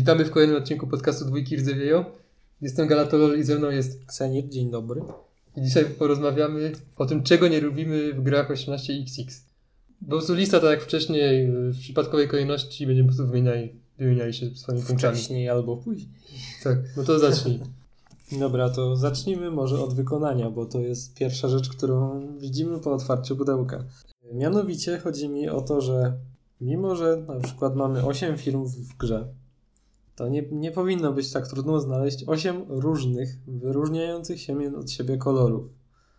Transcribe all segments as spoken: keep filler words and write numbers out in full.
Witamy w kolejnym odcinku podcastu Dwójki Rdzewieją. Jestem Galatolol i ze mną jest Ksenir, dzień dobry. I dzisiaj porozmawiamy o tym, czego nie lubimy w grach osiemnaście iks iks. Po prostu lista, tak jak wcześniej, w przypadkowej kolejności będziemy po prostu wymieniali, wymieniali się swoimi punktami. Wcześniej albo później. Tak, no to zacznij. Dobra, to zacznijmy może od wykonania, bo to jest pierwsza rzecz, którą widzimy po otwarciu pudełka. Mianowicie chodzi mi o to, że mimo, że na przykład mamy osiem filmów w grze, to nie, nie powinno być tak trudno znaleźć osiem różnych, wyróżniających się od siebie kolorów.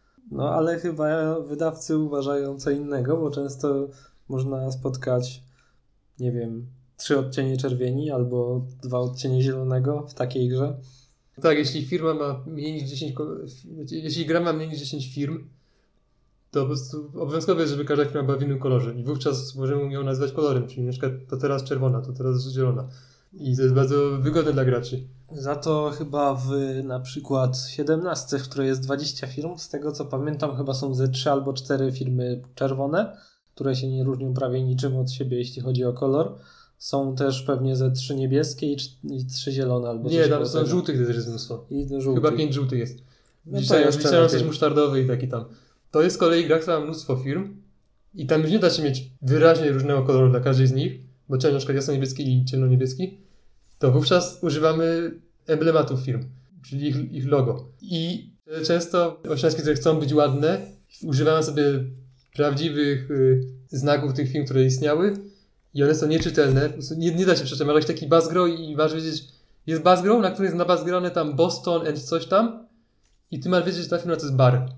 No ale chyba wydawcy uważają co innego, bo często można spotkać, nie wiem, trzy odcienie czerwieni albo dwa odcienie zielonego w takiej grze. Tak, jeśli firma ma mniej niż dziesięć, jeśli gra ma mniej niż dziesięć firm, to po prostu obowiązkowe jest, żeby każda firma była w innym kolorze i wówczas możemy ją nazywać kolorem, czyli na przykład to teraz czerwona, to teraz zielona. I to jest bardzo wygodne dla graczy. Za to chyba w na przykład siedemnastce, w której jest dwadzieścia firm, z tego co pamiętam chyba są ze trzy albo cztery firmy czerwone, które się nie różnią prawie niczym od siebie, jeśli chodzi o kolor. Są też pewnie ze trzy niebieskie i, i trzy zielone albo Nie, tam są żółtych też jest mnóstwo. I żółtych. Chyba pięć żółtych jest. No Liczyłem coś musztardowy i taki tam. To jest z kolei gra, która ma mnóstwo firm i tam już nie da się mieć wyraźnie różnego koloru dla każdej z nich, bo trzeba na przykład jasno-niebieski i ciemno-niebieski, to wówczas używamy emblematów firm, czyli ich, ich logo. I często osiemnastki, które chcą być ładne, używają sobie prawdziwych y, znaków tych firm, które istniały i one są nieczytelne. Nie, nie da się przeczytać. Masz taki Basgro i masz wiedzieć, jest Basgro, na którym jest nabazgrane tam Boston and coś tam i ty masz wiedzieć, że ta firma to jest bar.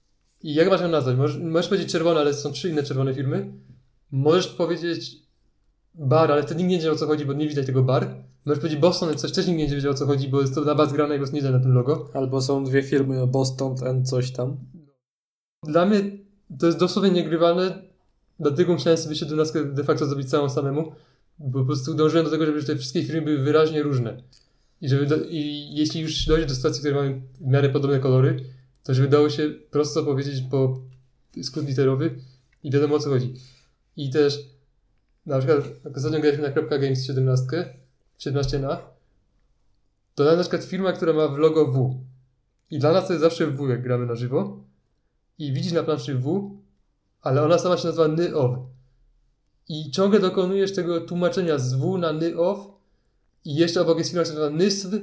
I jak masz ją nazwać? Możesz, możesz powiedzieć czerwone, ale są trzy inne czerwone firmy. Możesz powiedzieć bar, ale wtedy nikt nie wiedział o co chodzi, bo nie widać tego bar. Możesz powiedzieć Boston, coś też nikt nie wiedział o co chodzi, bo jest to na baz grane i nie widać na tym logo. Albo są dwie firmy Boston and coś tam. Dla mnie to jest dosłownie niegrywalne, dlatego musiałem sobie siedemnastkę de facto zrobić całą samemu, bo po prostu dążyłem do tego, żeby te wszystkie firmy były wyraźnie różne. I, żeby do, i jeśli już dojdzie do sytuacji, które mają w miarę podobne kolory, to żeby dało się prosto powiedzieć po skrót literowy i wiadomo o co chodzi. I też na przykład jak ostatnio graliśmy na Kropka Games siedemnaście, siedemnaście na, to na przykład firma, która ma w logo W. I dla nas to jest zawsze W, jak gramy na żywo. I widzisz na planszy W, ale ona sama się nazywa N Y O W. I ciągle dokonujesz tego tłumaczenia z W na N Y O W i jeszcze obok jest firma, która się nazywa N Y S W.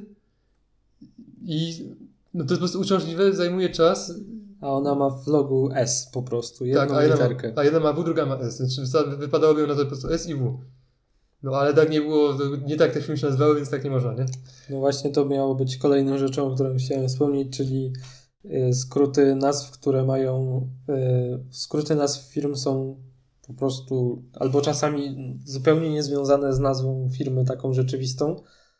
I no to jest po prostu uciążliwe, zajmuje czas. A ona ma w logu S po prostu, jedną tak, a jedna literkę. Ma, a jedna ma W, druga ma S, więc wypadałoby ją nazwać po prostu S i W. No ale tak nie było, nie tak te filmy się nazywały, więc tak nie można, nie? No właśnie to miało być kolejną rzeczą, o której chciałem wspomnieć, czyli y, skróty nazw, które mają... Y, skróty nazw firm są po prostu albo czasami zupełnie niezwiązane z nazwą firmy taką rzeczywistą,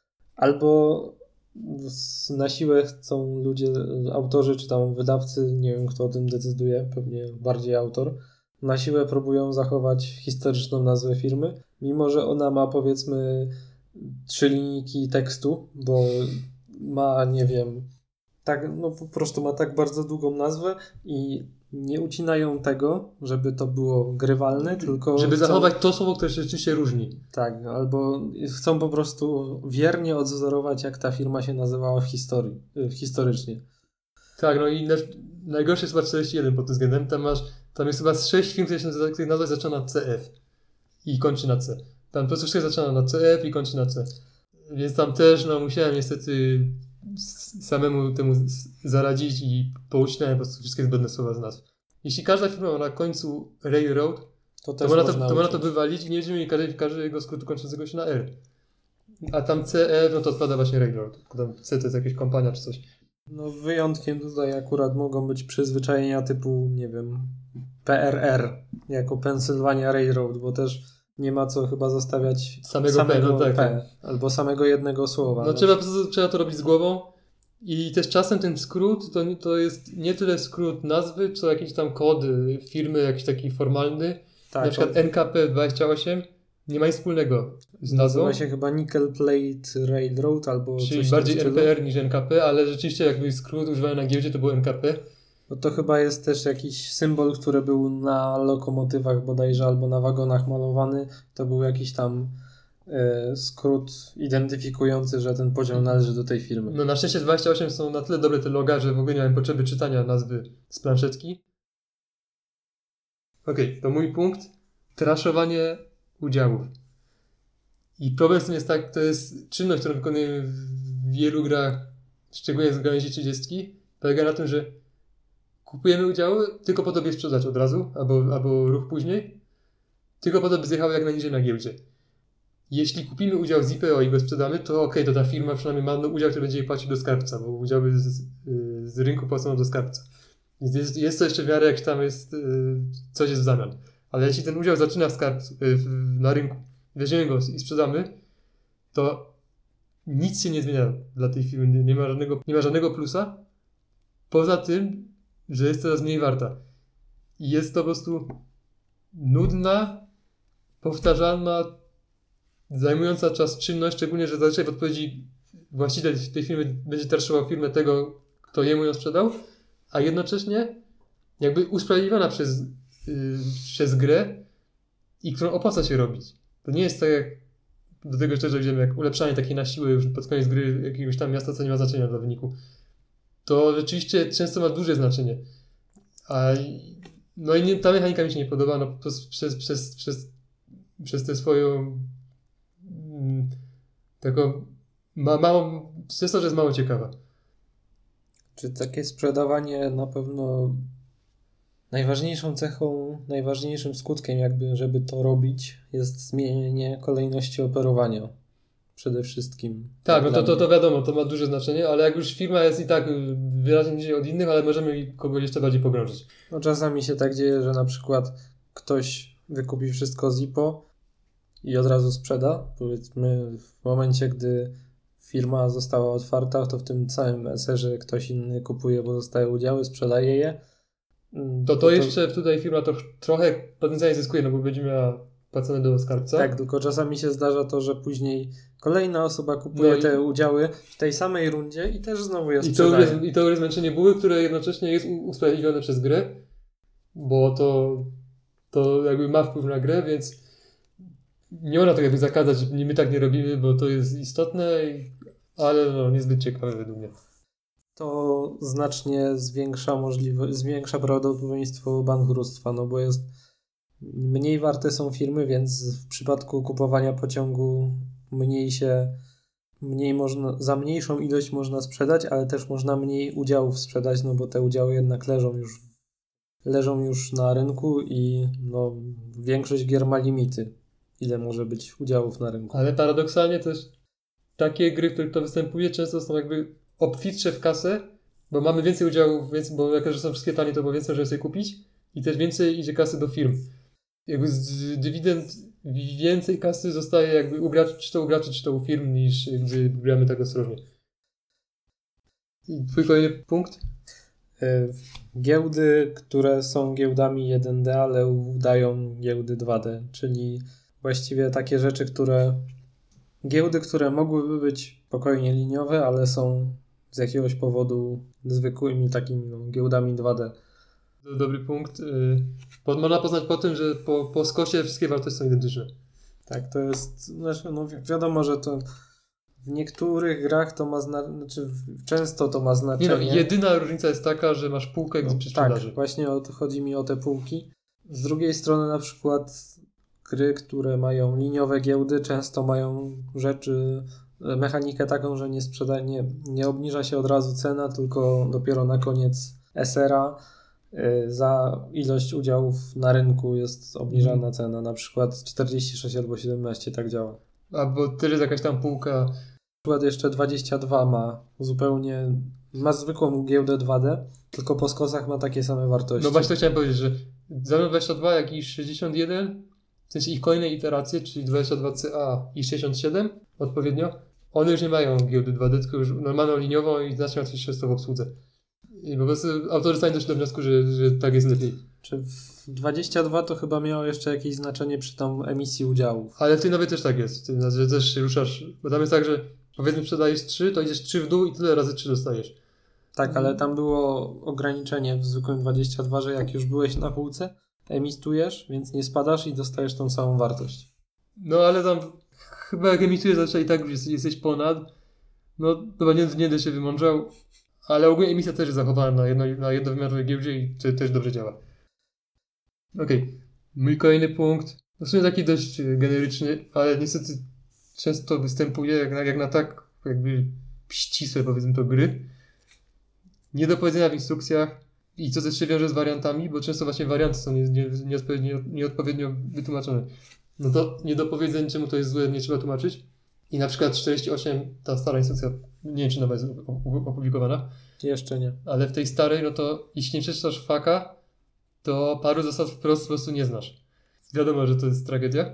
albo na siłę chcą ludzie, autorzy czy tam wydawcy, nie wiem kto o tym decyduje, pewnie bardziej autor, na siłę próbują zachować historyczną nazwę firmy, mimo że ona ma powiedzmy trzy linijki tekstu, bo ma, nie wiem, tak, no po prostu ma tak bardzo długą nazwę i nie ucinają tego, żeby to było grywalne, tylko... Żeby chcą... zachować to słowo, które się rzeczywiście różni. Tak, albo chcą po prostu wiernie odwzorować, jak ta firma się nazywała w historii, historycznie. Tak, no i na, najgorsze jest chyba czterdzieści jeden pod tym względem. Tam masz, tam jest chyba sześć firm, które się których nazwa zaczyna na C F i kończy na C. Tam po prostu wszystko zaczyna na C F i kończy na C. Więc tam też, no musiałem niestety samemu temu zaradzić i poucinałem po prostu wszystkie zbędne słowa z nazw. Jeśli każda firma ma na końcu Railroad, to, to można to, to, można to wywalić i nie będziemy mieli każdego, każdego skrótu kończącego się na R. A tam C F, no to odpada właśnie Railroad. Tam C to jest jakaś kompania czy coś. No wyjątkiem tutaj akurat mogą być przyzwyczajenia typu, nie wiem, P R R jako Pennsylvania Railroad, bo też nie ma co chyba zostawiać samego, samego P, no tak, P albo samego jednego słowa. No trzeba, trzeba to robić z głową i też czasem ten skrót to, to jest nie tyle skrót nazwy, co jakiś tam kod firmy, jakiś taki formalny. Tak, na przykład to... N K P dwadzieścia osiem nie ma nic wspólnego z nazwą. Nazywa się chyba Nickel Plate Railroad albo czyli coś bardziej N P R niż N K P, ale rzeczywiście jakby skrót używany na giełdzie to był N K P. No to chyba jest też jakiś symbol, który był na lokomotywach bodajże albo na wagonach malowany. To był jakiś tam y, skrót identyfikujący, że ten podział należy do tej firmy. No na szczęście dwadzieścia osiem są na tyle dobre te loga, że w ogóle nie miałem potrzeby czytania nazwy z planszetki. Okej, okay, to mój punkt. Traszowanie udziałów. I problem z tym jest tak, to jest czynność, którą wykonujemy w wielu grach, szczególnie z gałęzi trzydziestki, polega na tym, że kupujemy udziały tylko po to, by je sprzedać od razu, albo, albo ruch później, tylko po to, by zjechały jak najniżej na giełdzie. Jeśli kupimy udział z I P O i go sprzedamy, to okej, okay, to ta firma przynajmniej ma udział, który będzie jej płacić do skarbca, bo udziały z, z rynku płacą do skarbca. Więc jest, jest to jeszcze w miarę, jak tam jest, coś jest w zamian. Ale jeśli ten udział zaczyna w skarbcu, na rynku, weźmiemy go i sprzedamy, to nic się nie zmienia dla tej firmy, nie ma żadnego, nie ma żadnego plusa, poza tym, że jest coraz mniej warta. I jest to po prostu nudna, powtarzalna, zajmująca czas czynność, szczególnie, że zazwyczaj w odpowiedzi właściciel tej firmy będzie traszował firmę tego, kto jemu ją sprzedał, a jednocześnie jakby usprawiedliwiona przez, yy, przez grę i którą opłaca się robić. To nie jest tak jak do tego jeszcze dojdziemy, jak ulepszanie takiej na siłę już pod koniec gry jakiegoś tam miasta, co nie ma znaczenia dla wyniku. To rzeczywiście często ma duże znaczenie. A, no i nie, ta mechanika mi się nie podoba, no przez, przez, przez, przez, przez tę swoją mm, taką ma, małą, przez to, że jest mało ciekawa. Czy takie sprzedawanie na pewno najważniejszą cechą, najważniejszym skutkiem jakby, żeby to robić, jest zmienienie kolejności operowania. Przede wszystkim. Tak, no to, to, to wiadomo, to ma duże znaczenie, ale jak już firma jest i tak wyraźnie niżej od innych, ale możemy kogoś jeszcze bardziej pogrążyć. No czasami się tak dzieje, że na przykład ktoś wykupi wszystko z I P O i od razu sprzeda. Powiedzmy w momencie, gdy firma została otwarta, to w tym całym eserze ktoś inny kupuje pozostałe udziały, sprzedaje je. To to, to jeszcze tutaj firma to trochę potencjalnie zyskuje, no bo będzie miała płacone do skarbca. Tak, tylko czasami się zdarza to, że później kolejna osoba kupuje no i... te udziały w tej samej rundzie i też znowu je sprzedaje. I to, jest, I to jest zmęczenie buły, które jednocześnie jest usprawiedliwione przez grę, bo to, to jakby ma wpływ na grę, więc nie można tak jakby zakazać, że my tak nie robimy, bo to jest istotne, ale no, niezbyt ciekawe według mnie. To znacznie zwiększa możliwość, zwiększa prawdopodobieństwo bankructwa, no bo jest mniej warte są firmy, więc w przypadku kupowania pociągu mniej się, mniej można, za mniejszą ilość można sprzedać, ale też można mniej udziałów sprzedać, no bo te udziały jednak leżą już, leżą już na rynku i no, większość gier ma limity, ile może być udziałów na rynku. Ale paradoksalnie też takie gry, w których to występuje, często są jakby obfitsze w kasę, bo mamy więcej udziałów, więc, bo jako, że są wszystkie tanie, to bo więcej możemy sobie kupić i też więcej idzie kasy do firm. Jakby z dywidend więcej kasy zostaje jakby u graczy, czy to u graczy, czy to u firm, niż gdy gramy tak ostrożnie. I twój kolejny punkt? Giełdy, które są giełdami jeden D, ale udają giełdy dwa D, czyli właściwie takie rzeczy, które giełdy, które mogłyby być spokojnie liniowe, ale są z jakiegoś powodu zwykłymi takimi no, giełdami dwa D. Dobry punkt. Pod, można poznać po tym, że po, po skosie wszystkie wartości są identyczne. Tak, to jest, znaczy, no wi- wiadomo, że to w niektórych grach to ma znaczenie, znaczy często to ma znaczenie. Nie no, jedyna różnica jest taka, że masz półkę no, przy sprzedaży. Tak, właśnie o to, chodzi mi o te półki. Z drugiej strony na przykład gry, które mają liniowe giełdy, często mają rzeczy, mechanikę taką, że nie sprzeda, nie, nie obniża się od razu cena, tylko dopiero na koniec esera za ilość udziałów na rynku jest obniżana hmm. cena, na przykład czterdzieści sześć albo siedemnaście, tak działa. Albo tyle jest jakaś tam półka. Na przykład jeszcze dwadzieścia dwa ma zupełnie, ma zwykłą giełdę dwa D, tylko po skosach ma takie same wartości. No właśnie to chciałem powiedzieć, że zarówno dwadzieścia dwa, jak i sześćdziesiąt jeden, w sensie ich kolejne iteracje, czyli dwadzieścia dwa C A i sześćdziesiąt siedem odpowiednio, one już nie mają giełdy dwa D, tylko już normalną liniową i znacznie łatwiej się z to w obsłudze. I po prostu autorzy stali doszli do wniosku, że, że tak jest lepiej. Czy w dwadzieścia dwa to chyba miało jeszcze jakieś znaczenie przy tam emisji udziałów. Ale w tej nowej też tak jest, tym, że też się ruszasz, bo tam jest tak, że powiedzmy sprzedajesz trzy, to idziesz trzy w dół i tyle razy trzy dostajesz. Tak, ale tam było ograniczenie w zwykłym dwadzieścia dwa, że jak już byłeś na półce, emitujesz, więc nie spadasz i dostajesz tą samą wartość. No ale tam chyba jak emituje zazwyczaj i tak już jest, jesteś ponad, no chyba nie, nie będę się wymądrzał, ale ogólnie emisja też jest zachowana na, jedno, na jednowymiarowej giełdzie i to też dobrze działa. Okej, okay. Mój kolejny punkt, w sumie taki dość generyczny, ale niestety często występuje jak na, jak na tak jakby ścisłe, powiedzmy to, gry. Niedopowiedzenia w instrukcjach i co też się wiąże z wariantami, bo często właśnie warianty są nie, nie, nieodpowiednio, nieodpowiednio wytłumaczone. No to niedopowiedzeń, czemu to jest złe, nie trzeba tłumaczyć. I na przykład czterdzieści osiem, ta stara instrukcja, nie wiem czy nowa jest opublikowana. Jeszcze nie. Ale w tej starej, no to jeśli nie przeczytasz faka, to paru zasad wprost po prostu nie znasz. Wiadomo, że to jest tragedia.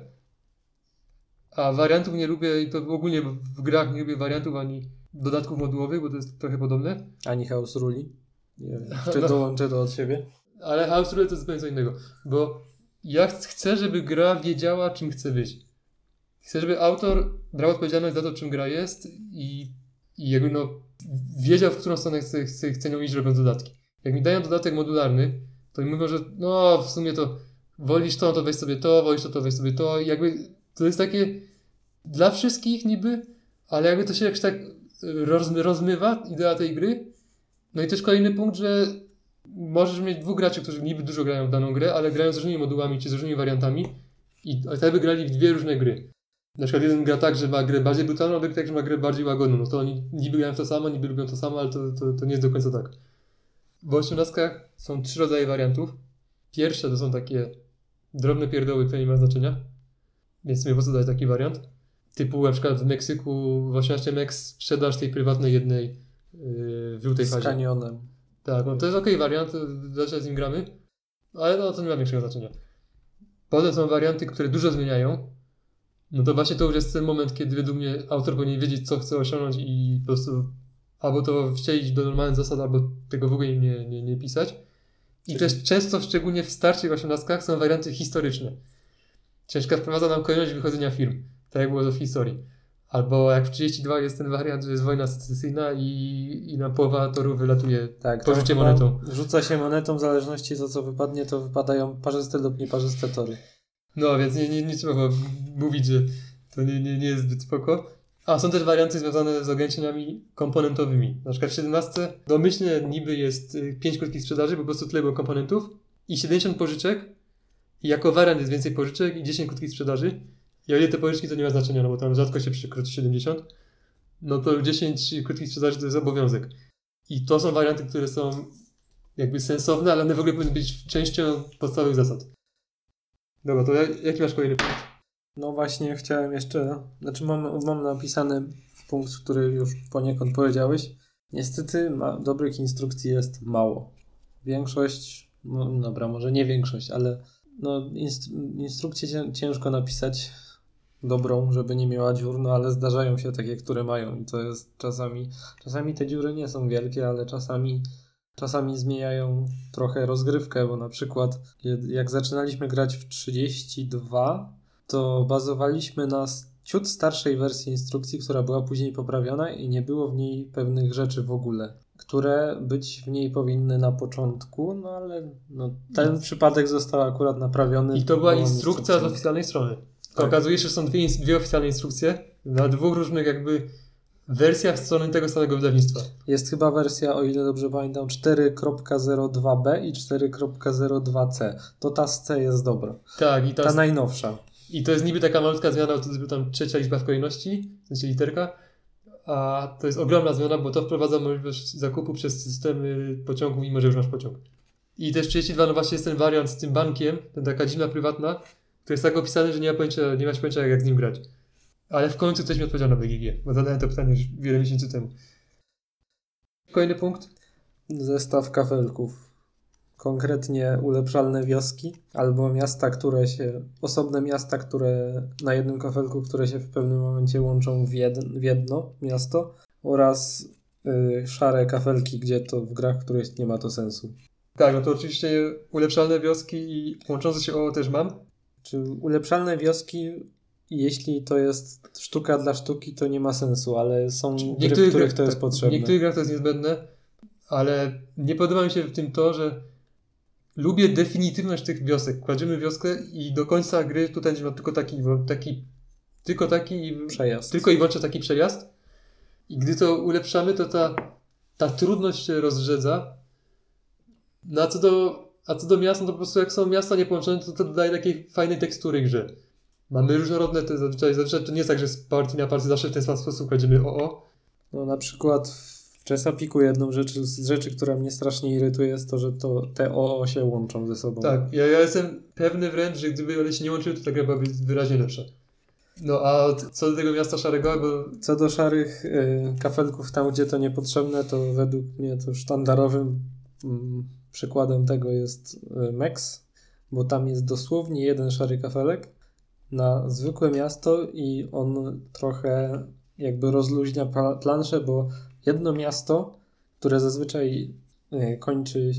A wariantów nie lubię i to ogólnie w grach nie lubię wariantów ani dodatków modułowych, bo to jest trochę podobne. Ani House Ruli. Nie wiem, czy no, dołączę to od siebie. Ale House Rule to jest zupełnie co innego, bo ja chcę, żeby gra wiedziała, czym chce być. Chcę, żeby autor brał odpowiedzialność za to, czym gra jest i, i jakby no wiedział, w którą stronę chce, chce, chce nią iść, robiąc dodatki. Jak mi dają dodatek modularny, to mi mówią, że no w sumie to wolisz to, to weź sobie to, wolisz to, to weź sobie to. I jakby to jest takie dla wszystkich niby, ale jakby to się jakoś tak rozmy, rozmywa, idea tej gry. No i też kolejny punkt, że możesz mieć dwóch graczy, którzy niby dużo grają w daną grę, ale grają z różnymi modułami czy z różnymi wariantami i tak by grali w dwie różne gry. Na przykład jeden gra tak, że ma grę bardziej brutalną, a drugi tak, że ma grę bardziej łagodną. No to oni niby grają w to samo, niby lubią to samo, ale to, to, to nie jest do końca tak. W osiemnastkach są trzy rodzaje wariantów. Pierwsze to są takie drobne pierdoły, które nie ma znaczenia, więc sobie po prostu dać taki wariant. Typu na przykład w Meksyku w osiemnaście Mex sprzedaż tej prywatnej jednej yy, w żółtej fazie. Z kanionem. Tak, no to jest okej okay wariant, zawsze z nim gramy, ale no to nie ma większego znaczenia. Potem są warianty, które dużo zmieniają. No to właśnie to już jest ten moment, kiedy według mnie autor powinien wiedzieć, co chce osiągnąć i po prostu albo to wcielić do normalnych zasad, albo tego w ogóle nie, nie, nie pisać. I Czyli... też często, szczególnie w starszych osiemnastkach, są warianty historyczne. Ciężka wprowadza nam kolejność wychodzenia firm, tak jak było to w historii. Albo jak w trzydzieści dwa jest ten wariant, że jest wojna secesyjna i, i na połowa toru wylatuje tak, po rzucie monetą. Rzuca się monetą, w zależności za co wypadnie, to wypadają parzyste lub nieparzyste tory. No więc nie, nie, nie trzeba mówić, że to nie, nie, nie jest zbyt spoko. A są też warianty związane z ograniczeniami komponentowymi. Na przykład w siedemnastce domyślnie niby jest pięć krótkich sprzedaży, bo po prostu tyle było komponentów i siedemdziesiąt pożyczek i jako wariant jest więcej pożyczek i dziesięć krótkich sprzedaży. I o ile te pożyczki to nie ma znaczenia, no bo tam rzadko się przekroczy siedemdziesiąt, no to dziesięć krótkich sprzedaży to jest obowiązek. I to są warianty, które są jakby sensowne, ale one w ogóle powinny być częścią podstawowych zasad. Dobra, to jaki masz kolejny punkt? No właśnie chciałem jeszcze, znaczy mam, mam napisany punkt, który już poniekąd powiedziałeś. Niestety ma, dobrych instrukcji jest mało. Większość, no dobra, może nie większość, ale no instru- instrukcję ciężko napisać dobrą, żeby nie miała dziur, no ale zdarzają się takie, które mają i to jest czasami, czasami te dziury nie są wielkie, ale czasami Czasami zmieniają trochę rozgrywkę, bo na przykład jak zaczynaliśmy grać w trzydzieści dwa, to bazowaliśmy na ciut starszej wersji instrukcji, która była później poprawiona i nie było w niej pewnych rzeczy w ogóle, które być w niej powinny na początku, no ale no, ten no. przypadek został akurat naprawiony. I to była instrukcja z oficjalnej strony. Tak. Okazuje się, że są dwie, dwie oficjalne instrukcje na dwóch różnych jakby wersjach strony tego samego wydawnictwa. Jest chyba wersja, o ile dobrze pamiętam, cztery kropka zero dwa b i cztery kropka zero dwa c. To ta z C jest dobra. Tak. I ta, ta z... najnowsza. I to jest niby taka malutka zmiana, to jest tam trzecia liczba w kolejności, w sensie literka, a to jest ogromna zmiana, bo to wprowadza możliwość zakupu przez systemy pociągów, mimo że już masz pociąg. I też trzydzieści dwa, no właśnie jest ten wariant z tym bankiem, ten taka dziwna prywatna, który jest tak opisany, że nie ma pojęcia, nie masz pojęcia jak z nim grać. Ale w końcu ktoś mi odpowiedział na B G G, bo zadałem to pytanie już wiele miesięcy temu. Kolejny punkt. Zestaw kafelków. Konkretnie ulepszalne wioski albo miasta, które się, osobne miasta, które na jednym kafelku, które się w pewnym momencie łączą w, jed, w jedno miasto oraz y, szare kafelki, gdzie to w grach, w których nie ma to sensu. Tak, no to oczywiście ulepszalne wioski i łączące się O też mam. Czy ulepszalne wioski, jeśli to jest sztuka dla sztuki, to nie ma sensu, ale są gry, w których to jest potrzebne. W niektórych grach to jest niezbędne, ale nie podoba mi się w tym to, że lubię definitywność tych wiosek. Kładziemy wioskę i do końca gry tutaj będzie miał tylko taki, taki tylko taki i, Przejazd. tylko i wyłącznie taki przejazd. I gdy to ulepszamy, to ta, ta trudność się rozrzedza. No a co do, a co do miast, no to po prostu jak są miasta niepołączone, to to dodaje takiej fajnej tekstury grze. Mamy różnorodne, te zazwyczaj, zazwyczaj to nie jest tak, że z partii na partii zawsze w ten sam sposób chodzimy o o. No na przykład w Chesapeake'u jedną rzeczy, z rzeczy, która mnie strasznie irytuje, jest to, że to te o o się łączą ze sobą. Tak, ja, ja jestem pewny wręcz, że gdyby one się nie łączyły, to ta gra byłaby wyraźnie lepsza. No a co do tego miasta szarego, bo... Co do szarych y, kafelków tam, gdzie to niepotrzebne, to według mnie to sztandarowym mm, przykładem tego jest y, Mex, bo tam jest dosłownie jeden szary kafelek na zwykłe miasto i on trochę jakby rozluźnia pla- planszę, bo jedno miasto, które zazwyczaj y, kończy, y,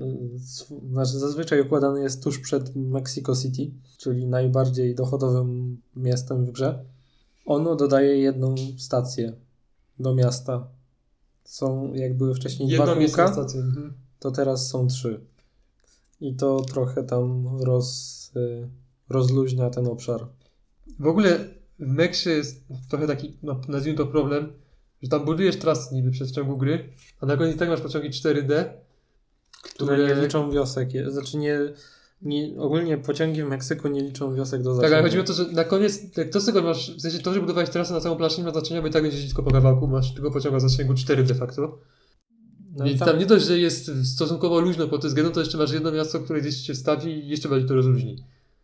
sw- znaczy zazwyczaj układane jest tuż przed Mexico City, czyli najbardziej dochodowym miastem w grze. Ono dodaje jedną stację do miasta. Są, jak były wcześniej Jedną dwa miejsce na kółka, stację. Mhm. to teraz są trzy. I to trochę tam roz, y, rozluźnia ten obszar. W ogóle w Meksie jest trochę taki, no, nazwijmy to problem, że tam budujesz trasy niby przez ciągu gry, a na koniec i tak masz pociągi cztery D, Które które... nie liczą wiosek. Je- Znaczy nie, nie... Ogólnie pociągi w Meksyku nie liczą wiosek do Tak, zasięgu. ale chodzi o to, że na koniec, jak to z tego masz, w sensie to, że budowałeś trasę na całą planszę nie ma znaczenia, bo i tak będziesz tylko po kawałku, masz tylko pociąg o zasięgu cztery de facto. No Więc tam- tam nie dość, że jest stosunkowo luźno pod tym względem, to jeszcze masz jedno miasto, które gdzieś się wstawi i jeszcze bardziej to rozluźni.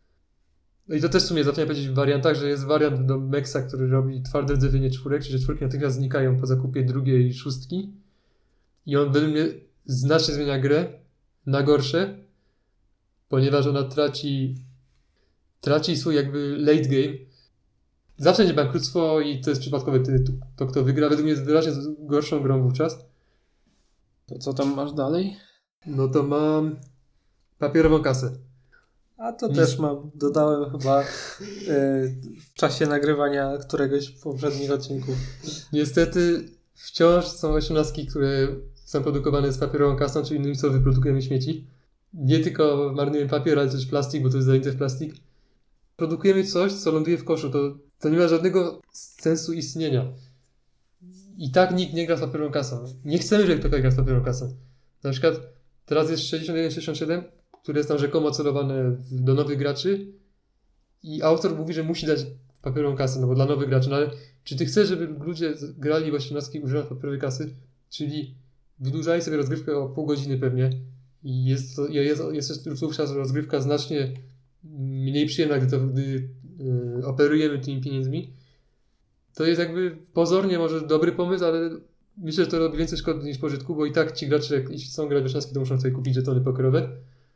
No i to też w sumie zapomniałem powiedzieć w wariantach, że jest wariant do Mexa, który robi twarde rdzewienie czwórek, czyli że czwórki natychmiast znikają po zakupie drugiej szóstki. I on według mnie znacznie zmienia grę na gorsze, ponieważ ona traci traci swój jakby late game. Zawsze będzie bankructwo i to jest przypadkowy tytuł. To kto wygra według mnie jest wyraźnie gorszą grą wówczas. To co tam masz dalej? No to mam papierową kasę. A to Nic. też mam. Dodałem chyba y, w czasie nagrywania któregoś z poprzednich odcinków. Niestety wciąż są osiemnastki, które są produkowane z papierową kasą, czyli innymi słowy wyprodukujemy śmieci. Nie tylko marnujemy papier, ale też plastik, bo to jest zajęte w plastik. Produkujemy coś, co ląduje w koszu. To, to nie ma żadnego sensu istnienia. I tak nikt nie gra z papierową kasą. Nie chcemy, żeby ktoś gra z papierową kasą. Na przykład teraz jest sześćdziesiąt jeden sześćdziesiąt siedem, które jest tam rzekomo celowane w- do nowych graczy i autor mówi, że musi dać papierową kasę, no bo dla nowych graczy. No ale czy ty chcesz, żeby ludzie z- grali w osiemnastki używając papierowej kasy? Czyli wydłużali sobie rozgrywkę o pół godziny pewnie i jest, to, jest, jest wówczas rozgrywka znacznie mniej przyjemna, gdy, to, gdy yy, operujemy tymi pieniędzmi. To jest jakby pozornie może dobry pomysł, ale myślę, że to robi więcej szkody niż pożytku, bo i tak ci gracze, jak jeśli chcą grać w osiemnastki, to muszą sobie kupić żetony pokerowe.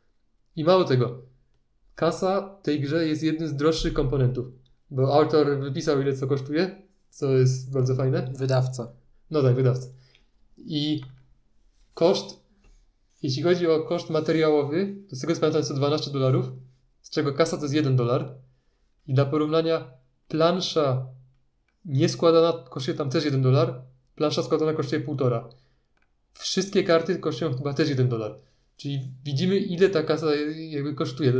I mało tego, kasa w tej grze jest jednym z droższych komponentów, bo autor wypisał, ile co kosztuje, co jest bardzo fajne. Wydawca. No tak, wydawca. I koszt, jeśli chodzi o koszt materiałowy, to z tego co pamiętam jest to dwanaście dolarów, z czego kasa to jest jeden dolar. I dla porównania plansza nieskładana kosztuje tam też jeden dolar, plansza składana kosztuje półtora. Wszystkie karty kosztują chyba też jeden dolar. Czyli widzimy, ile ta kasa jakby kosztuje. To,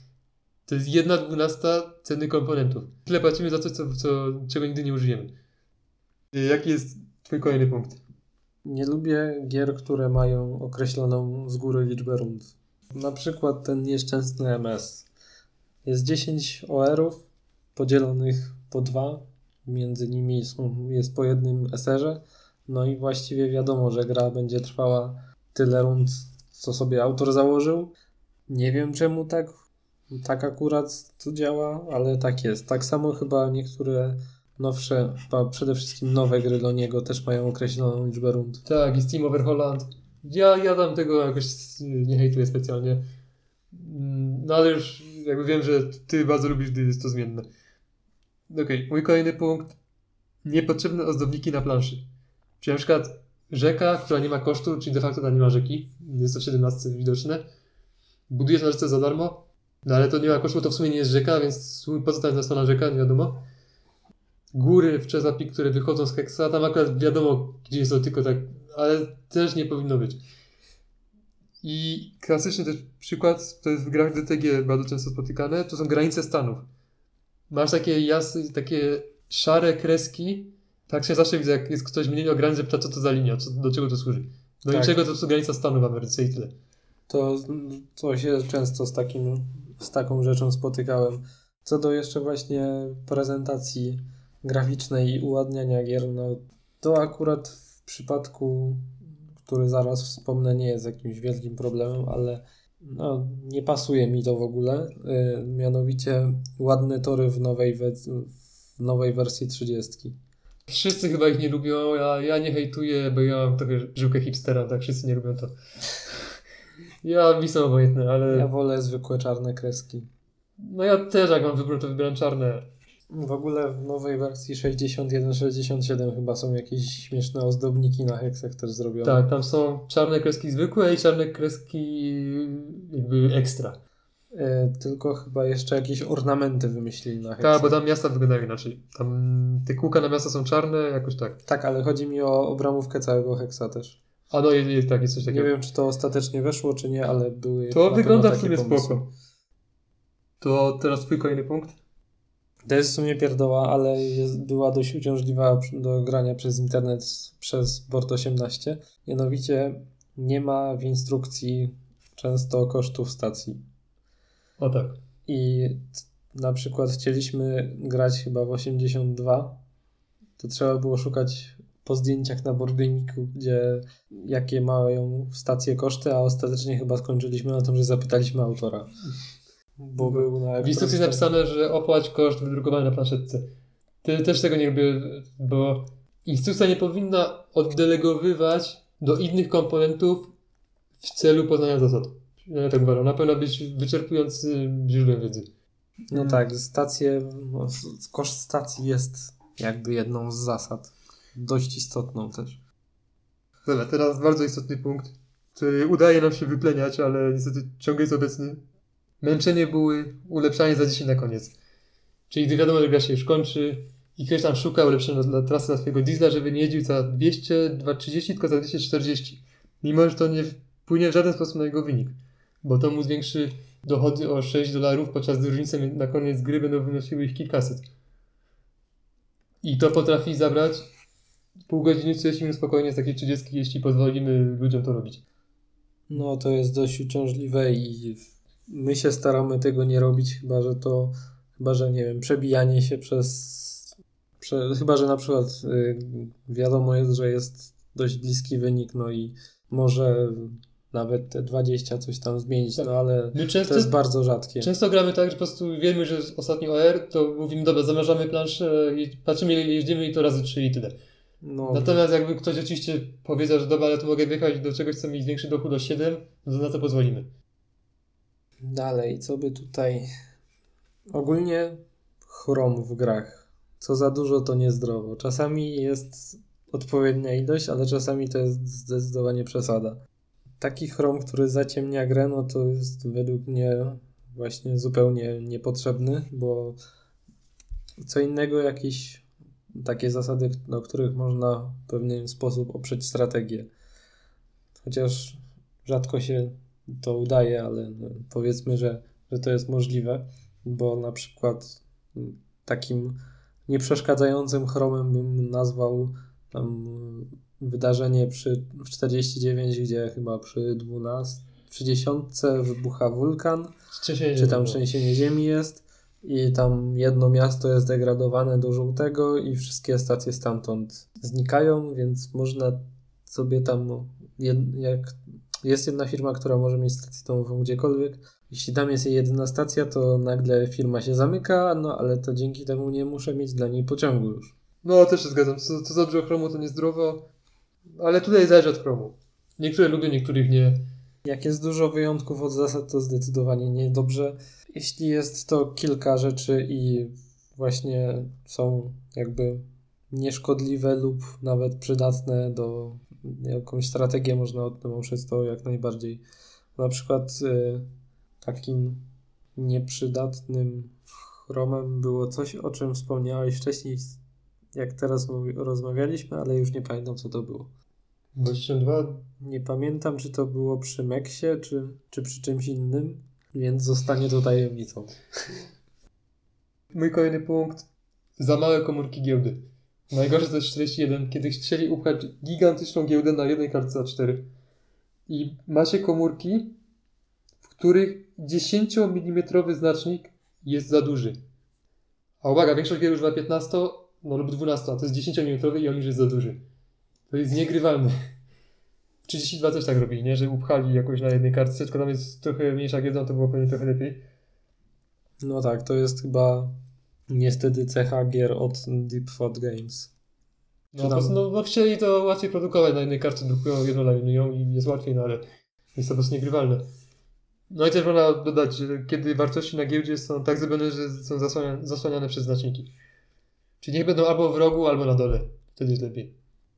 to jest jedna dwunasta ceny komponentów. Tyle płacimy za coś, co, co, czego nigdy nie użyjemy. Jaki jest twój kolejny punkt? Nie lubię gier, które mają określoną z góry liczbę rund. Na przykład ten nieszczęsny M S. Jest dziesięć O R-ów podzielonych po dwa. Między nimi są, jest po jednym eserze. No i właściwie wiadomo, że gra będzie trwała tyle rund, co sobie autor założył. Nie wiem czemu tak, tak akurat to działa, ale tak jest. Tak samo chyba niektóre nowsze, chyba przede wszystkim nowe gry do niego też mają określoną liczbę rund. Tak, jest Team Over Holland. Ja, ja tam tego jakoś nie hejtuję specjalnie. Mm, No ale już jakby wiem, że ty bardzo lubisz, gdy jest to zmienne. Okej, mój kolejny punkt. Niepotrzebne ozdobniki na planszy. Czyli na przykład rzeka, która nie ma kosztu, czyli de facto ta nie ma rzeki. Jest to w siedemnastce widoczne. Budujesz na rzece za darmo, no ale to nie ma kosztu, to w sumie nie jest rzeka, więc po co tam jest nazwana rzeka, nie wiadomo. Góry w Chesapeake, które wychodzą z Hexa, tam akurat wiadomo, gdzie jest to tylko tak, ale też nie powinno być. I klasyczny też przykład, to jest w grach D T G bardzo często spotykane, to są granice stanów. masz takie jasne, takie szare kreski. Tak się zawsze widzę, jak jest ktoś mniej ograniczy, zapyta, co to za linia, co, do czego to służy. Do Tak. niczego to jest granica stanu w Ameryce i tyle. To, to się często z takim, z taką rzeczą spotykałem. Co do jeszcze właśnie prezentacji graficznej i uładniania gier, no to akurat w przypadku, który zaraz wspomnę, nie jest jakimś wielkim problemem, ale no, nie pasuje mi to w ogóle. Yy, mianowicie ładne tory w nowej, we, w nowej wersji trzydziestki. Wszyscy chyba ich nie lubią, ja, ja nie hejtuję, bo ja mam trochę żyłkę hipstera, tak? Wszyscy nie lubią to. Ja mi są obojętne, ale... Ja wolę zwykłe czarne kreski. No ja też, jak mam wybór, to wybieram czarne. W ogóle w nowej wersji sześćdziesiąt jeden sześćdziesiąt siedem chyba są jakieś śmieszne ozdobniki na heksach też zrobione. Tak, tam są czarne kreski zwykłe i czarne kreski jakby ekstra. E, tylko chyba jeszcze jakieś ornamenty wymyślili na heksach. Tak, bo tam miasta wyglądają inaczej. Tam te kółka na miasta są czarne, jakoś tak. Tak, ale chodzi mi o obramówkę całego heksa też. A no jest, jest, tak, jest coś takiego. Nie wiem, czy to ostatecznie weszło, czy nie, ale były To na wygląda w pewno takie sumie pomysły. spoko. To teraz twój kolejny punkt. To jest w sumie pierdoła, ale jest, była dość uciążliwa do grania przez internet przez Board osiemnaście. Mianowicie nie ma w instrukcji często kosztów stacji. O tak. I na przykład chcieliśmy grać chyba w osiemdziesiąt dwa, to trzeba było szukać po zdjęciach na BoardGamiku, gdzie jakie mają stacje koszty, a ostatecznie chyba skończyliśmy na tym, że zapytaliśmy autora. Bo był na W instrukcji jest napisane, że opłać koszt wydrukowany na planszetce. Ty też tego nie lubię, bo instrukcja nie powinna oddelegowywać do innych komponentów w celu poznania zasad. Ja tak uważam. Na pewno być wyczerpującym źródłem wiedzy. No tak, stacje, no, koszt stacji jest jakby jedną z zasad. Dość istotną też. Dobra, teraz bardzo istotny punkt, który udaje nam się wypleniać, ale niestety ciągle jest obecny. Męczenie buły, ulepszanie za dziesięć na koniec. Czyli gdy wiadomo, że gra się już kończy i ktoś tam szuka ulepszenia dla trasy na swojego diesla, żeby nie jeździł za dwieście, dwieście trzydzieści, tylko za dwieście czterdzieści. Mimo, że to nie wpłynie w żaden sposób na jego wynik, bo to mu zwiększy dochody o sześć dolarów, podczas gdy różnice na koniec gry będą wynosiły ich kilkaset. I to potrafi zabrać pół godziny, trzydzieści minut spokojnie z takiej trzydziestki, jeśli pozwolimy ludziom to robić. No to jest dość uciążliwe i my się staramy tego nie robić, chyba że to, chyba że nie wiem, przebijanie się przez, prze, chyba że na przykład y, wiadomo jest, że jest dość bliski wynik, no i może nawet te dwadzieścia coś tam zmienić, Tak. no ale My często, to jest bardzo rzadkie. często gramy tak, że po prostu wiemy, że jest ostatni O R, to mówimy, dobra, zamrażamy planszę, i patrzymy ile jeździmy i to razy trzy i tyle. No, Natomiast jakby ktoś oczywiście powiedział, że dobra, ale tu mogę wjechać do czegoś, co mi zwiększy dochód o siedem, no to na to pozwolimy. dalej, co by tutaj... Ogólnie chrom w grach. Co za dużo, to niezdrowo. Czasami jest odpowiednia ilość, ale czasami to jest zdecydowanie przesada. Taki chrom, który zaciemnia grę, no to jest według mnie właśnie zupełnie niepotrzebny, bo co innego jakieś takie zasady, do których można w pewien sposób oprzeć strategię. Chociaż rzadko się to udaje, ale no, powiedzmy, że, że to jest możliwe, bo na przykład takim nieprzeszkadzającym chromem bym nazwał tam wydarzenie przy w czterdzieści dziewięć, gdzie chyba przy dwunaście, przy dziesiątce wybucha wulkan, Trzęsienie czy tam ziemi. trzęsienie ziemi jest i tam jedno miasto jest degradowane do żółtego i wszystkie stacje stamtąd znikają, więc można sobie tam, jed, jak jest jedna firma, która może mieć stację domową gdziekolwiek, jeśli tam jest jej jedyna stacja, to nagle firma się zamyka, no ale to dzięki temu nie muszę mieć dla niej pociągu już. No, też się zgadzam. Co, co za dużo chromu, to niezdrowo. Ale tutaj zależy od chromu. Niektóre lubię, niektórych nie. Jak jest dużo wyjątków od zasad, to zdecydowanie niedobrze. Jeśli jest to kilka rzeczy i właśnie są jakby nieszkodliwe lub nawet przydatne do jakąś strategię, można od tym oprzeć, to jak najbardziej. Na przykład y, takim nieprzydatnym chromem było coś, o czym wspomniałeś wcześniej, jak teraz mówi- rozmawialiśmy, ale już nie pamiętam, co to było. dwadzieścia dwa. Nie pamiętam, czy to było przy Meksie, czy, czy przy czymś innym, więc zostanie to tajemnicą. Mój kolejny punkt. Za małe komórki giełdy. Najgorsze to jest czterdzieści jeden, kiedy chcieli upchać gigantyczną giełdę na jednej kartce A cztery. I macie komórki, w których dziesięciomilimetrowy znacznik jest za duży. A uwaga, większość gier używa piętnaście no, lub dwanaście, a to jest dziesięciomilimetrowy i on już jest za duży. To jest niegrywalne. trzydzieści dwa też tak robili, nie? Że upchali jakoś na jednej kartce, tylko tam jest trochę mniejsza giełda, to było pewnie trochę lepiej. No tak, to jest chyba niestety cecha gier od Deep Thought Games. No, po prostu, no, no chcieli to łatwiej produkować, na jednej karcie drukują, jedną laminują i jest łatwiej, no ale jest to po prostu niegrywalne. No i też można dodać, że kiedy wartości na giełdzie są tak zrobione, że są zasłania, zasłaniane przez znaczniki. Czyli niech będą albo w rogu, albo na dole. Wtedy jest lepiej.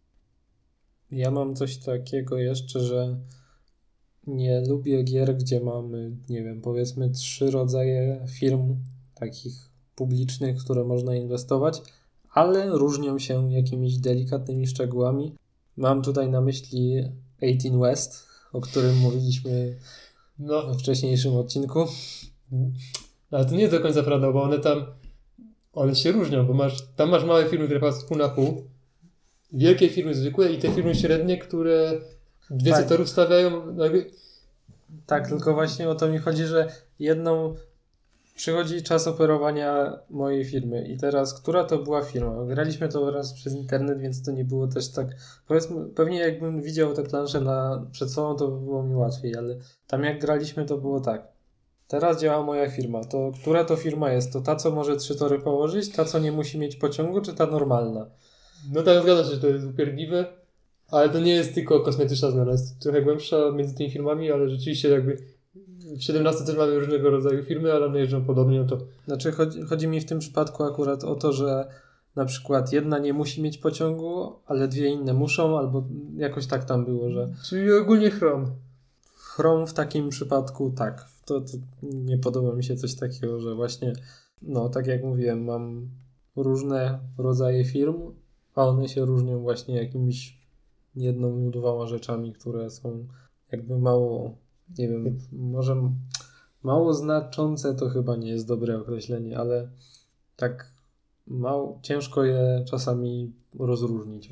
Ja mam coś takiego jeszcze, że nie lubię gier, gdzie mamy, nie wiem, powiedzmy trzy rodzaje firm takich publicznych, w które można inwestować, ale różnią się jakimiś delikatnymi szczegółami. Mam tutaj na myśli eighteen West, o którym mówiliśmy No, w wcześniejszym odcinku. ale to nie jest do końca prawda, bo one tam, one się różnią, bo masz, tam masz małe firmy, które patrzą pół na pół, wielkie firmy zwykłe i te firmy średnie, które więcej Tak. torów stawiają. No jakby... Tak, tylko właśnie o to mi chodzi, że jedną przychodzi czas operowania mojej firmy i teraz, która to była firma? Graliśmy to raz przez internet, więc to nie było też tak, powiedzmy, pewnie jakbym widział te plansze na, przed sobą, to by było mi łatwiej, ale tam jak graliśmy, to było tak. Teraz działa moja firma, to która to firma jest? To ta, co może trzy tory położyć, ta, co nie musi mieć pociągu, czy ta normalna? No tak, zgadza się, że to jest upierdliwe, ale to nie jest tylko kosmetyczna zmiana, jest trochę głębsza między tymi firmami, ale rzeczywiście jakby w siedemnastce też mamy różnego rodzaju firmy, ale one jeżdżą podobnie, no to... Znaczy chodzi, chodzi mi w tym przypadku akurat o to, że na przykład jedna nie musi mieć pociągu, ale dwie inne muszą, albo jakoś tak tam było, że Czyli ogólnie Chrome. Chrome w takim przypadku tak. To, to nie podoba mi się coś takiego, że właśnie, no tak jak mówiłem, mam różne rodzaje firm, a one się różnią właśnie jakimiś jedną lub dwoma rzeczami, które są jakby mało, nie wiem, może mało znaczące to chyba nie jest dobre określenie, ale tak mało, ciężko je czasami rozróżnić.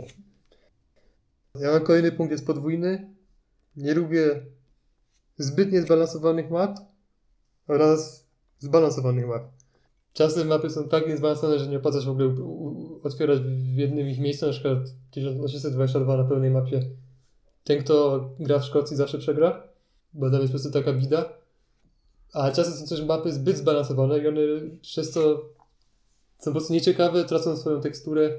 Ja mam kolejny punkt, jest podwójny. Nie lubię zbyt niezbalansowanych map oraz zbalansowanych map. Czasem mapy są tak niezbalansowane, że nie opłaca się w ogóle u- u- otwierać w jednym ich miejscu, na przykład tysiąc osiemset dwadzieścia dwa na pełnej mapie. Ten, kto gra w Szkocji, zawsze przegra, bo tam jest po prostu taka bida. A czasem są też mapy zbyt zbalansowane i one przez to są po prostu nieciekawe, tracą swoją teksturę.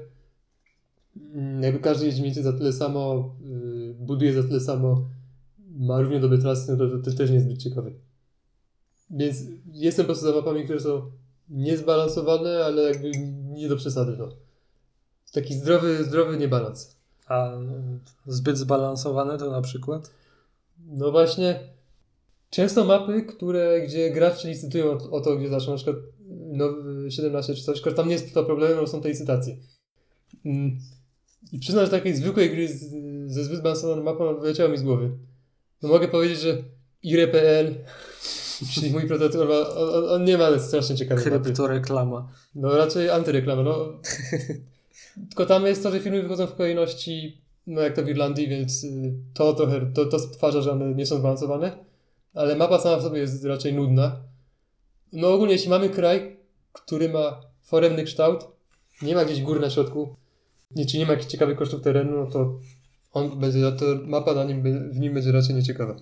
Mm, Jakby każdy jeździ mniej więcej za tyle samo, yy, buduje za tyle samo, ma równie dobre trasy, no to, to, to też nie jest zbyt ciekawe. Więc jestem po prostu za mapami, które są niezbalansowane, ale jakby nie do przesady. No. Taki zdrowy, zdrowy niebalans. A zbyt zbalansowane to na przykład? No właśnie, często mapy, które, gdzie gracze licytują o, o to, gdzie zaczną, na przykład no, siedemnaście czy coś, tylko tam nie jest to problemem, bo są te licytacje. Mm. I przyznam, że takiej zwykłej gry z, ze zbyt zbalansowaną mapą wyleciało mi z głowy. No mogę powiedzieć, że ire kropka pe el, czyli mój prototyp, on, on, on nie ma strasznie ciekawej mapy. Kryptoreklama. No raczej antyreklama, no. Tylko tam jest to, że filmy wychodzą w kolejności, no jak to w Irlandii, więc y, to trochę, to, to stwarza, że one nie są zbalansowane, ale mapa sama w sobie jest raczej nudna. No ogólnie, jeśli mamy kraj, który ma foremny kształt, nie ma gdzieś gór na środku, nie, czy nie ma jakichś ciekawych kosztów terenu, no to on będzie, to mapa na nim, w nim będzie raczej nieciekawa.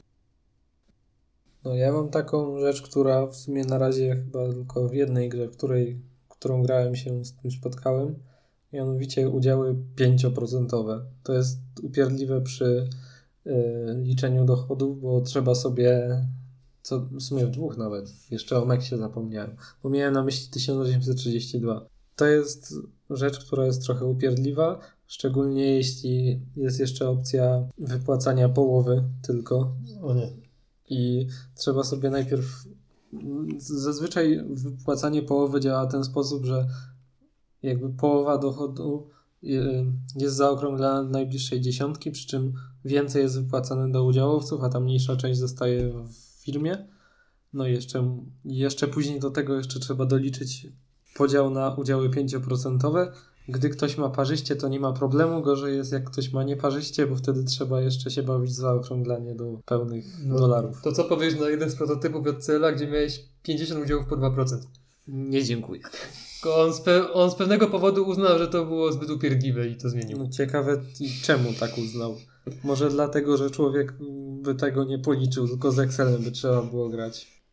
No ja mam taką rzecz, która w sumie na razie chyba tylko w jednej grze, w której, którą grałem się z tym spotkałem, mianowicie udziały pięcioprocentowe. To jest upierdliwe przy y, liczeniu dochodów, bo trzeba sobie, co w sumie w dwóch nawet, jeszcze o Meksie zapomniałem, bo miałem na myśli tysiąc osiemset trzydzieści dwa. To jest rzecz, która jest trochę upierdliwa, szczególnie jeśli jest jeszcze opcja wypłacania połowy tylko. O nie. I trzeba sobie najpierw... Zazwyczaj wypłacanie połowy działa w ten sposób, że jakby połowa dochodu jest zaokrąglana do najbliższej dziesiątki, przy czym więcej jest wypłacane do udziałowców, a ta mniejsza część zostaje w firmie. No i jeszcze, jeszcze później do tego jeszcze trzeba doliczyć podział na udziały pięć procent. Gdy ktoś ma parzyście, to nie ma problemu. Gorzej jest, jak ktoś ma nieparzyście, bo wtedy trzeba jeszcze się bawić w zaokrąglanie do pełnych No, dolarów. To co powiesz na jeden z prototypów J C L-a, gdzie miałeś pięćdziesiąt udziałów po dwa procent? Nie dziękuję. On z, pe- on z pewnego powodu uznał, że to było zbyt upierdliwe i to zmienił. No ciekawe, czemu tak uznał. Może dlatego, że człowiek by tego nie policzył, tylko z Excelem by trzeba było grać.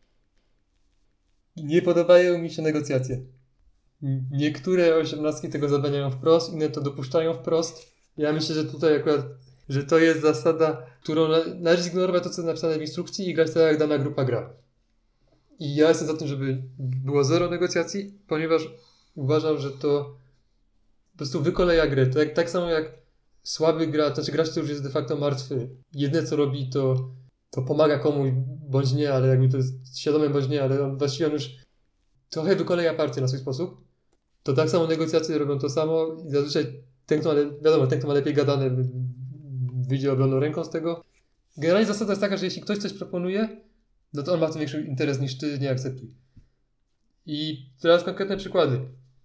Nie podobają mi się negocjacje. Niektóre osiemnastki tego zabraniają wprost, inne to dopuszczają wprost. Ja myślę, że tutaj akurat, że to jest zasada, którą należy zignorować to, co jest napisane w instrukcji i grać tak, jak dana grupa gra. I ja jestem za tym, żeby było zero negocjacji, ponieważ uważam, że to po prostu wykoleja grę. To jak, tak samo jak słaby gracz, znaczy gracz, który już jest de facto martwy. Jedyne co robi, to, to pomaga komuś, bądź nie, ale jakby to jest świadome bądź nie, ale on właściwie on już trochę wykoleja partię na swój sposób. To tak samo negocjacje robią to samo i zazwyczaj ten, kto ma, wiadomo, ten, kto ma lepiej gadane, wyjdzie obronną ręką z tego. Generalnie zasada jest taka, że jeśli ktoś coś proponuje, no to on ma w tym większy interes niż ty, nie akceptuj. I teraz konkretne przykłady.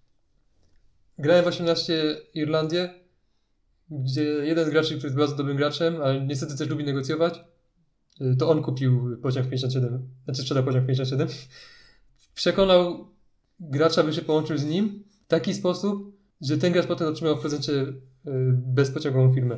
Grałem w osiemnaście Irlandię, gdzie jeden z graczy, który jest bardzo dobrym graczem, ale niestety też lubi negocjować, to on kupił pociąg pięćdziesiąt siedem, znaczy sprzedał pociąg pięćdziesiąt siedem. Przekonał gracza, by się połączył z nim w taki sposób, że ten gracz potem otrzymał w prezencie bezpociągową firmę.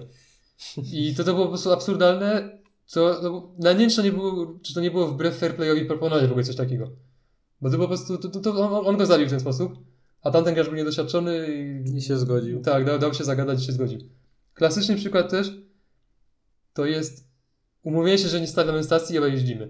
I to, to było po prostu absurdalne, co no, na nie, czy to nie było, czy to nie było wbrew fair playowi proponować w ogóle coś takiego. Bo to po prostu, to, to, to on, on go zabił w ten sposób, a tamten gracz był niedoświadczony i, I się zgodził. Tak, dał, dał się zagadać i się zgodził. Klasyczny przykład też to jest umówienie się, że nie stawiamy stacji i obaj jeździmy.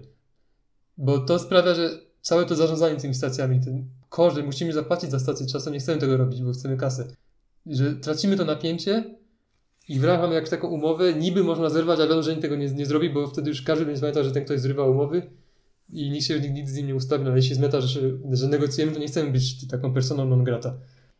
Bo to sprawia, że całe to zarządzanie tymi stacjami, ten koszt, że musimy zapłacić za stację, czasem nie chcemy tego robić, bo chcemy kasę. Że tracimy to napięcie i w ramach mamy jakąś taką umowę, niby można zerwać, a wiadomo, że nikt tego nie, nie zrobi, bo wtedy już każdy będzie pamiętał, że ten ktoś zrywa umowy i nikt się nigdy z nim nie ustawi. No, jeśli jest meta, że, że negocjujemy, to nie chcemy być taką personą non grata.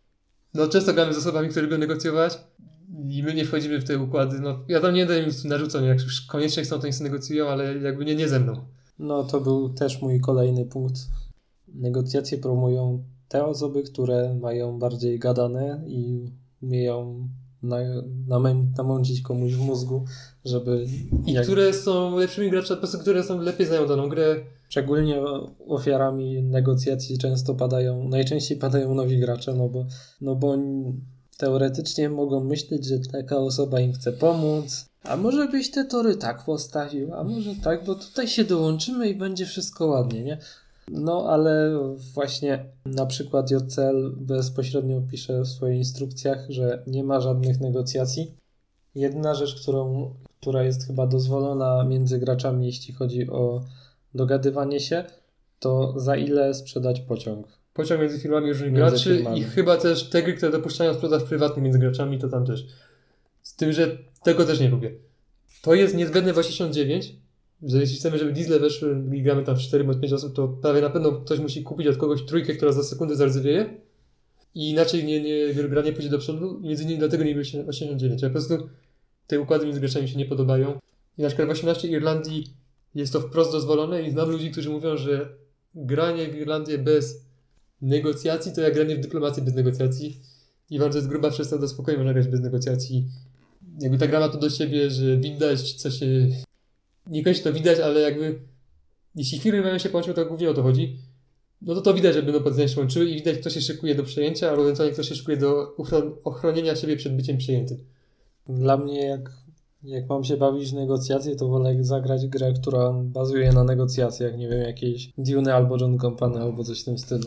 No często gramy z osobami, które lubią negocjować i my nie wchodzimy w te układy. No ja tam nie daję im narzuceń, jak już koniecznie chcą, to niech sobie negocjują, ale jakby nie, nie ze mną. No to był też mój kolejny punkt. Negocjacje promują te osoby, które mają bardziej gadane i umieją na, namę- namącić komuś w mózgu, żeby... I jak... które są lepszymi graczami, po prostu które są lepiej znają daną grę. Szczególnie ofiarami negocjacji często padają, najczęściej padają nowi gracze, no bo, no bo oni teoretycznie mogą myśleć, że taka osoba im chce pomóc. A może byś te tory tak postawił, a może tak, bo tutaj się dołączymy i będzie wszystko ładnie, nie? No ale właśnie na przykład J C L bezpośrednio pisze w swoich instrukcjach, że nie ma żadnych negocjacji. Jedna rzecz, którą, która jest chyba dozwolona między graczami, jeśli chodzi o dogadywanie się, to za ile sprzedać pociąg. Pociąg między firmami różnych Między graczy firmami. i chyba też te gry, które dopuszczają sprzedaż prywatną między graczami, to tam też. Z tym, że tego też nie lubię. To jest niezbędne w osiemdziesiąt dziewięć, że jeśli chcemy, żeby diesle weszły i gramy tam w cztery bądź pięć osób, to prawie na pewno ktoś musi kupić od kogoś trójkę, która za sekundę zardzewieje i inaczej nie, nie, gra nie pójdzie do przodu i między innymi dlatego nie lubię osiemdziesiąt dziewięć. Ja po prostu te układy między graczami mi się nie podobają. I na przykład w osiemnaście Irlandii jest to wprost dozwolone i znam ludzi, którzy mówią, że granie w Irlandię bez negocjacji to jak granie w dyplomację bez negocjacji. I wam to jest gruba przesada, spokojnie można grać bez negocjacji. Jakby ta gra ma to do siebie, że widać co się... Niekoniecznie to widać, ale jakby jeśli firmy mają się połączyć, to głównie o to chodzi. No to to widać, że będą podzenia się łączyły i widać, kto się szykuje do przejęcia, albo ewentualnie kto się szykuje do uchron- ochronienia siebie przed byciem przejętym. Dla mnie jak, jak mam się bawić w negocjacje, to wolę zagrać grę, która bazuje na negocjacjach. Nie wiem, jakieś Dune albo John Company albo coś w tym stylu.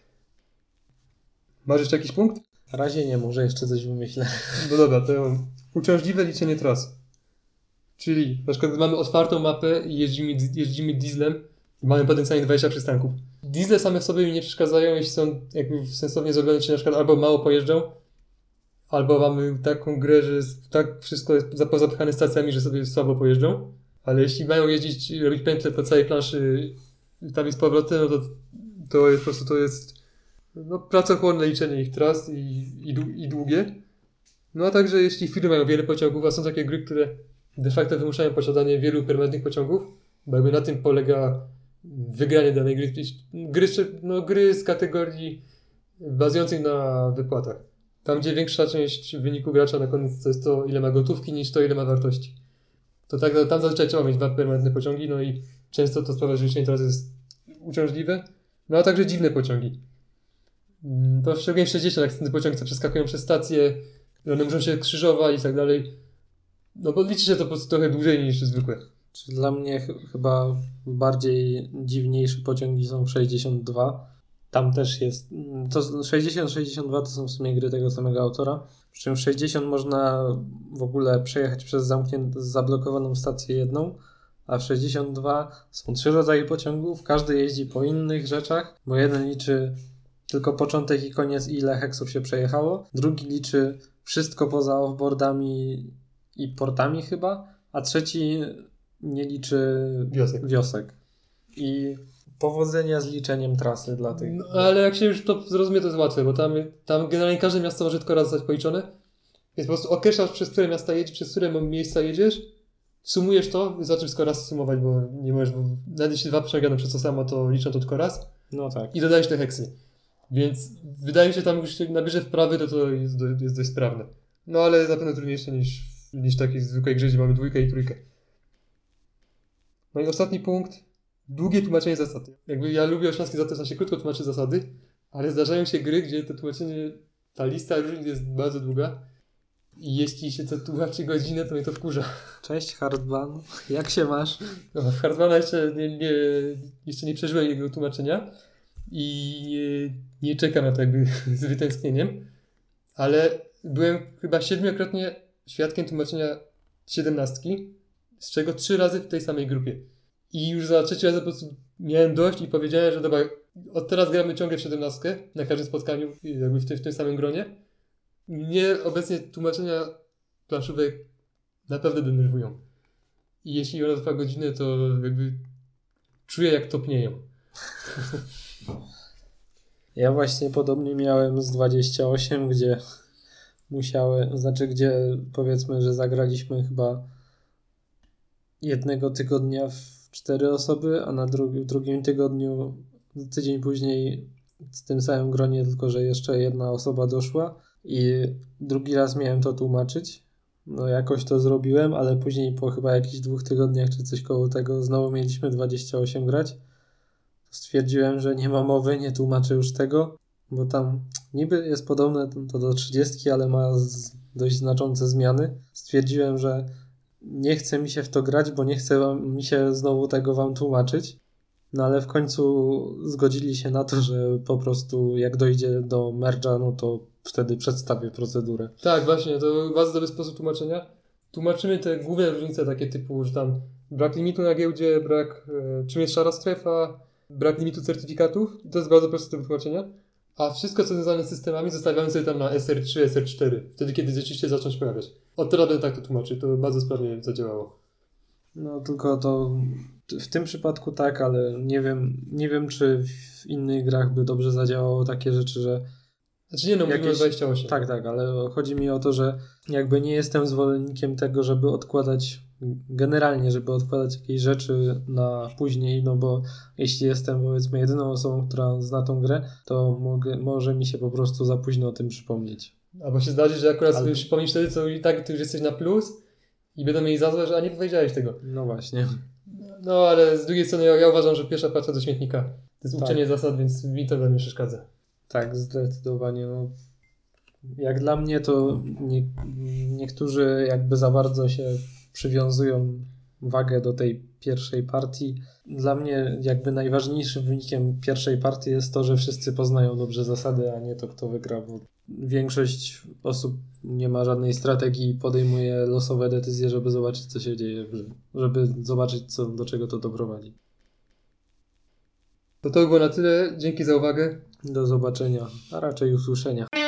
Masz jeszcze jakiś punkt? Na razie nie, może jeszcze coś wymyślę. No dobra, to ja mam uciążliwe liczenie tras. Czyli na przykład mamy otwartą mapę i jeździmy, jeździmy dieslem i mamy potencjalnie dwadzieścia przystanków. Diesle same w sobie mi nie przeszkadzają, jeśli są jakby sensownie zrobione, czy na przykład albo mało pojeżdżą, albo mamy taką grę, że jest, tak wszystko jest pozapychane stacjami, że sobie słabo pojeżdżą. Ale jeśli mają jeździć, robić pętle po całej planszy tam i z powrotem, no to, to jest po prostu to jest no, pracochłonne liczenie ich tras i, i, i długie. No a także jeśli firmy mają wiele pociągów, a są takie gry, które de facto wymuszają posiadanie wielu permanentnych pociągów, bo jakby na tym polega wygranie danej gry. Gry, no, gry z kategorii bazujących na wypłatach. Tam, gdzie większa część wyniku gracza na koniec to jest to, ile ma gotówki, niż to, ile ma wartości. To tak, tam zazwyczaj trzeba mieć dwa permanentne pociągi, no i często to sprawia, że liczenie teraz jest uciążliwe, no a także dziwne pociągi. To szczególnie w sześćdziesiąt, jak te pociągi co przeskakują przez stacje, one muszą się krzyżować i tak dalej. No bo liczy się to po prostu trochę dłużej niż zwykłe. Czy dla mnie ch- chyba bardziej dziwniejsze pociągi są w sześćdziesiąt dwa. Tam też jest, to sześćdziesiąt sześćdziesiąt dwa to są w sumie gry tego samego autora. Przy czym w sześćdziesiąt można w ogóle przejechać przez zamkniętą, zablokowaną stację jedną, a w sześćdziesiąt dwa są trzy rodzaje pociągów, każdy jeździ po innych rzeczach, bo jeden liczy tylko początek i koniec i ile heksów się przejechało, drugi liczy wszystko poza offboardami i portami chyba, a trzeci nie liczy Wiosek. wiosek. I powodzenia z liczeniem trasy dla tych. No, ale jak się już to zrozumie, to jest łatwe, bo tam, tam generalnie każde miasto może tylko raz zostać policzone. Więc po prostu określasz, przez które miasta jedziesz, przez które miejsca jedziesz, sumujesz to, zaczniesz tylko raz sumować, bo nie możesz, bo nawet jeśli dwa przeganą przez to samo, to liczą to tylko raz No tak. i dodajesz te heksy. Więc wydaje mi się, że tam już się nabierze wprawy, to to jest, do, jest dość sprawne. No ale zapewne trudniejsze niż, niż takiej zwykłej grze, gdzie mamy dwójkę i trójkę. No i ostatni punkt. Długie tłumaczenie zasad. Jakby ja lubię Ośląski za to, że się krótko tłumaczy zasady, ale zdarzają się gry, gdzie to tłumaczenie, ta lista różnic jest bardzo długa i jeśli się to tłumaczy godzinę, to mnie to wkurza. Cześć Hardban, jak się masz? No, w Hardmana jeszcze nie, nie, jeszcze nie przeżyłem jego tłumaczenia i nie czekam na to jakby z wytęsknieniem, ale byłem chyba siedmiokrotnie świadkiem tłumaczenia siedemnastki, z czego trzy razy w tej samej grupie. I już za trzeci raz po prostu miałem dość i powiedziałem, że dobra, od teraz gramy ciągle w siedemnastkę na każdym spotkaniu, jakby w tym, w tym samym gronie. Mnie obecnie tłumaczenia planszówek naprawdę denerwują. I jeśli ona trwa godzinę, to jakby czuję, jak topnieją. Ja właśnie podobnie miałem z dwadzieścia osiem, gdzie musiałem, znaczy gdzie powiedzmy, że zagraliśmy chyba jednego tygodnia w cztery osoby, a na dru- w drugim tygodniu, tydzień później w tym samym gronie, tylko że jeszcze jedna osoba doszła i drugi raz miałem to tłumaczyć. No jakoś to zrobiłem, ale później po chyba jakichś dwóch tygodniach czy coś koło tego znowu mieliśmy dwadzieścia osiem grać. Stwierdziłem, że nie ma mowy, nie tłumaczę już tego, bo tam niby jest podobne to do trzydziestki, ale ma z, dość znaczące zmiany. Stwierdziłem, że nie chce mi się w to grać, bo nie chce wam, mi się znowu tego wam tłumaczyć. No ale w końcu zgodzili się na to, że po prostu jak dojdzie do merge'a, no to wtedy przedstawię procedurę. Tak, właśnie, to bardzo dobry sposób tłumaczenia. Tłumaczymy te główne różnice takie typu, że tam brak limitu na giełdzie, brak e, czym jest szara strefa, brak limitu certyfikatów. I to jest bardzo proste do tłumaczenia. A wszystko, co związane z systemami, zostawiamy sobie tam na S R trzy, S R cztery. Wtedy, kiedy rzeczywiście zaczną się pojawiać. Od teraz będę tak to tłumaczył. To bardzo sprawnie zadziałało. No tylko to w tym przypadku tak, ale nie wiem, nie wiem czy w innych grach by dobrze zadziałało takie rzeczy, że Znaczy nie no, mówimy o dwadzieścia osiem. Tak, tak, ale chodzi mi o to, że jakby nie jestem zwolennikiem tego, żeby odkładać, generalnie, żeby odkładać jakieś rzeczy na później, no bo jeśli jestem powiedzmy jedyną osobą, która zna tą grę, to mogę, może mi się po prostu za późno o tym przypomnieć. Albo się zdarzy, że akurat Albo... sobie przypomnisz wtedy, co i tak ty już jesteś na plus i będą mieli za złe, że a nie powiedziałeś tego. No właśnie. No ale z drugiej strony ja, ja uważam, że pierwsza praca do śmietnika to jest Tak. uczenie zasad, więc mi to nie przeszkadza. Tak, zdecydowanie. No. Jak dla mnie to nie, niektórzy jakby za bardzo się przywiązują wagę do tej pierwszej partii. Dla mnie jakby najważniejszym wynikiem pierwszej partii jest to, że wszyscy poznają dobrze zasady, a nie to, kto wygra, bo większość osób nie ma żadnej strategii i podejmuje losowe decyzje, żeby zobaczyć, co się dzieje w grze. Żeby zobaczyć, co, do czego to doprowadzi. To to by było na tyle. Dzięki za uwagę. Do zobaczenia, a raczej usłyszenia.